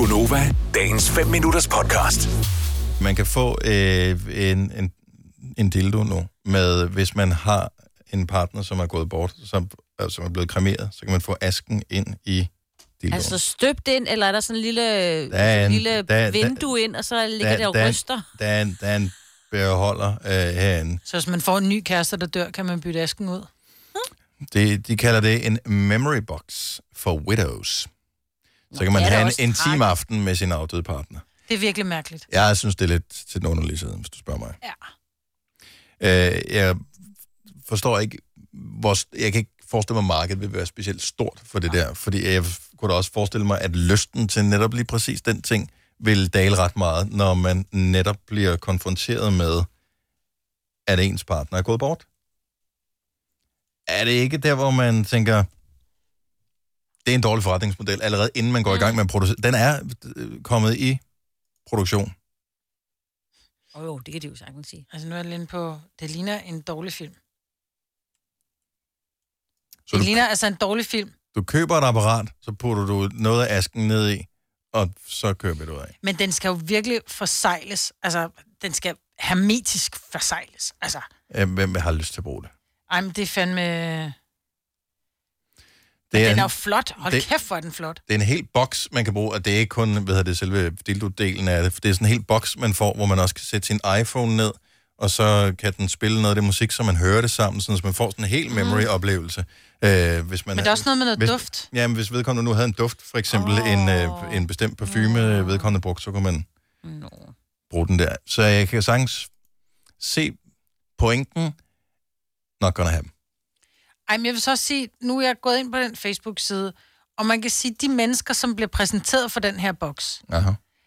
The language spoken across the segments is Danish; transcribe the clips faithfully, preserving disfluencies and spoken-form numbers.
Gunova, dagens fem minutters podcast. Man kan få øh, en, en, en dildo nu, med, hvis man har en partner, som er gået bort, som, som er blevet kremeret, så kan man få asken ind i dildoen. Altså støbt ind, eller er der sådan en lille, der er en, lille der, vindue ind, og så ligger der, der og der, ryster? Der er en, der er en beholder øh, herinde. Så hvis man får en ny kæreste, der dør, kan man bytte asken ud? Det, de kalder det en memory box for widows. Så kan man have en intim aften med sin afdøde partner. Det er virkelig mærkeligt. Jeg synes, det er lidt til den underlige side, hvis du spørger mig. Ja. Øh, jeg forstår ikke, hvor, jeg kan ikke forestille mig, at markedet vil være specielt stort for det der, fordi jeg kunne da også forestille mig, at lysten til netop lige præcis den ting vil dale ret meget, når man netop bliver konfronteret med, at ens partner er gået bort. Er det ikke der, hvor man tænker, det er en dårlig forretningsmodel, allerede inden man går mm. i gang med at producere? Den er kommet i produktion. Åh oh, jo, det kan de jo sagtens sige. Altså nu er det lige på, det ligner en dårlig film. Så det du, ligner altså en dårlig film. Du køber et apparat, så putter du noget af asken ned i, og så køber du af. Men den skal jo virkelig forsejles. Altså, den skal hermetisk forsejles. Altså. Hvem har lyst til at bruge det? Ej, men det er fandme... Det er den en, er jo flot. Hold det, kæft, hvor er den flot. Det er en hel boks, man kan bruge, og det er ikke kun, hvad hedder det, selve dildo-delen af det. For det er sådan en hel boks, man får, hvor man også kan sætte sin iPhone ned, og så kan den spille noget af det musik, så man hører det sammen, så man får sådan en hel memory-oplevelse. Øh, hvis man, men der er også noget med noget hvis, duft. Ja, men hvis vedkommende nu havde en duft, for eksempel oh. en, øh, en bestemt parfume, no. vedkommende brugt, så kan man no. bruge den der. Så jeg kan sagtens se pointen, not gonna have. Ej, men jeg vil så også sige, nu er jeg gået ind på den Facebook-side, og man kan sige, de mennesker, som bliver præsenteret for den her boks, aha.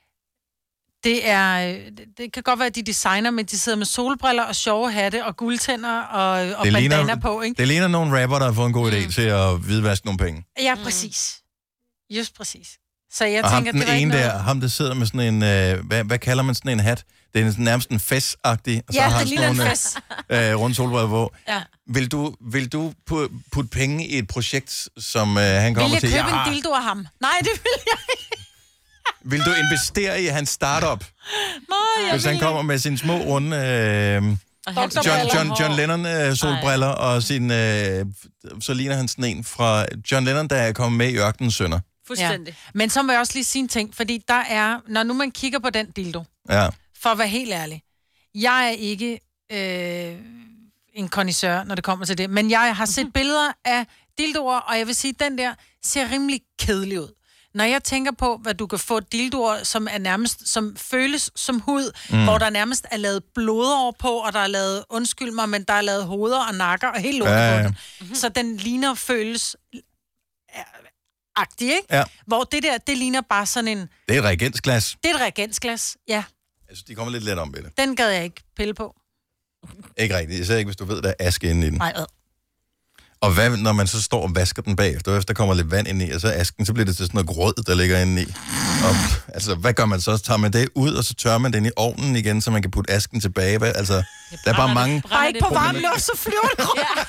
det er, det kan godt være, at de designer, men de sidder med solbriller og sjove hatte og guldtænder og, og bandana ligner, på, ikke? Det ligner nogle rapper, der har fået en god idé mm. til at hvidvaske nogle penge. Ja, præcis. Just præcis. Så jeg og tænker, ham, den det ene noget... der, ham der sidder med sådan en, øh, hvad, hvad kalder man sådan en hat? Det er nærmest en fes-agtig, og så ja, har det ligner en fes. Øh, rundt solbriller på. Ja. Vil du, vil du putte penge i et projekt, som øh, han kommer til? Vil jeg købe en dildo af ham? Nej, det vil jeg ikke. Vil du investere i hans startup? Nej, jeg Hvis han kommer med sine små runde øh, John, John, John Lennon øh, solbriller, Ej. og sin, øh, så ligner han sådan en fra John Lennon, der er kommet med i Ørkenens Sønner. Fuldstændig. Ja. Men så må jeg også lige sige en ting, fordi der er, når nu man kigger på den dildo, ja. for at være helt ærlig, jeg er ikke øh, en connoisseur, når det kommer til det, men jeg har set billeder af dildoer, og jeg vil sige, at den der ser rimelig kedelig ud. Når jeg tænker på, hvad du kan få dildoer, som er nærmest, som føles som hud, mm. hvor der nærmest er lavet blodår på, og der er lavet, undskyld mig, men der er lavet hoveder og nakker, og helt lort ja. på den. Mm-hmm. Så den ligner føles agtig, ikke? Ja. Hvor det der, det ligner bare sådan en... Det er et reagensglas. Det er et reagensglas, ja. Altså, de kommer lidt let om ved det. Den gad jeg ikke pille på. Ikke rigtigt. Især ikke, hvis du ved, der er aske inde i den. Nej, øh. Og hvad, når man så står og vasker den bagefter, hvis der kommer lidt vand ind i, og så asken, så bliver det til sådan noget grød, der ligger inde i. Og, altså, hvad gør man så? Tager man det ud, og så tørrer man den i ovnen igen, så man kan putte asken tilbage? Hvad? Altså, der er bare mange... Bare ikke på varm luft, så flyver det rundt. Ja.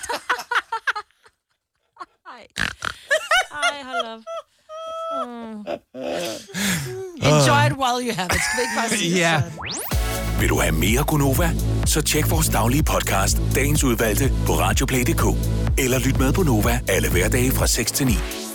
Ej, hold op. Mm. Enjoy it while you have it. Skal vi ikke bare sige ja. det? Vil du have mere Gunova? Så tjek vores daglige podcast, dagens udvalgte, på radioplay punktum d k. Eller lyt med på Nova alle hverdage fra seks til ni.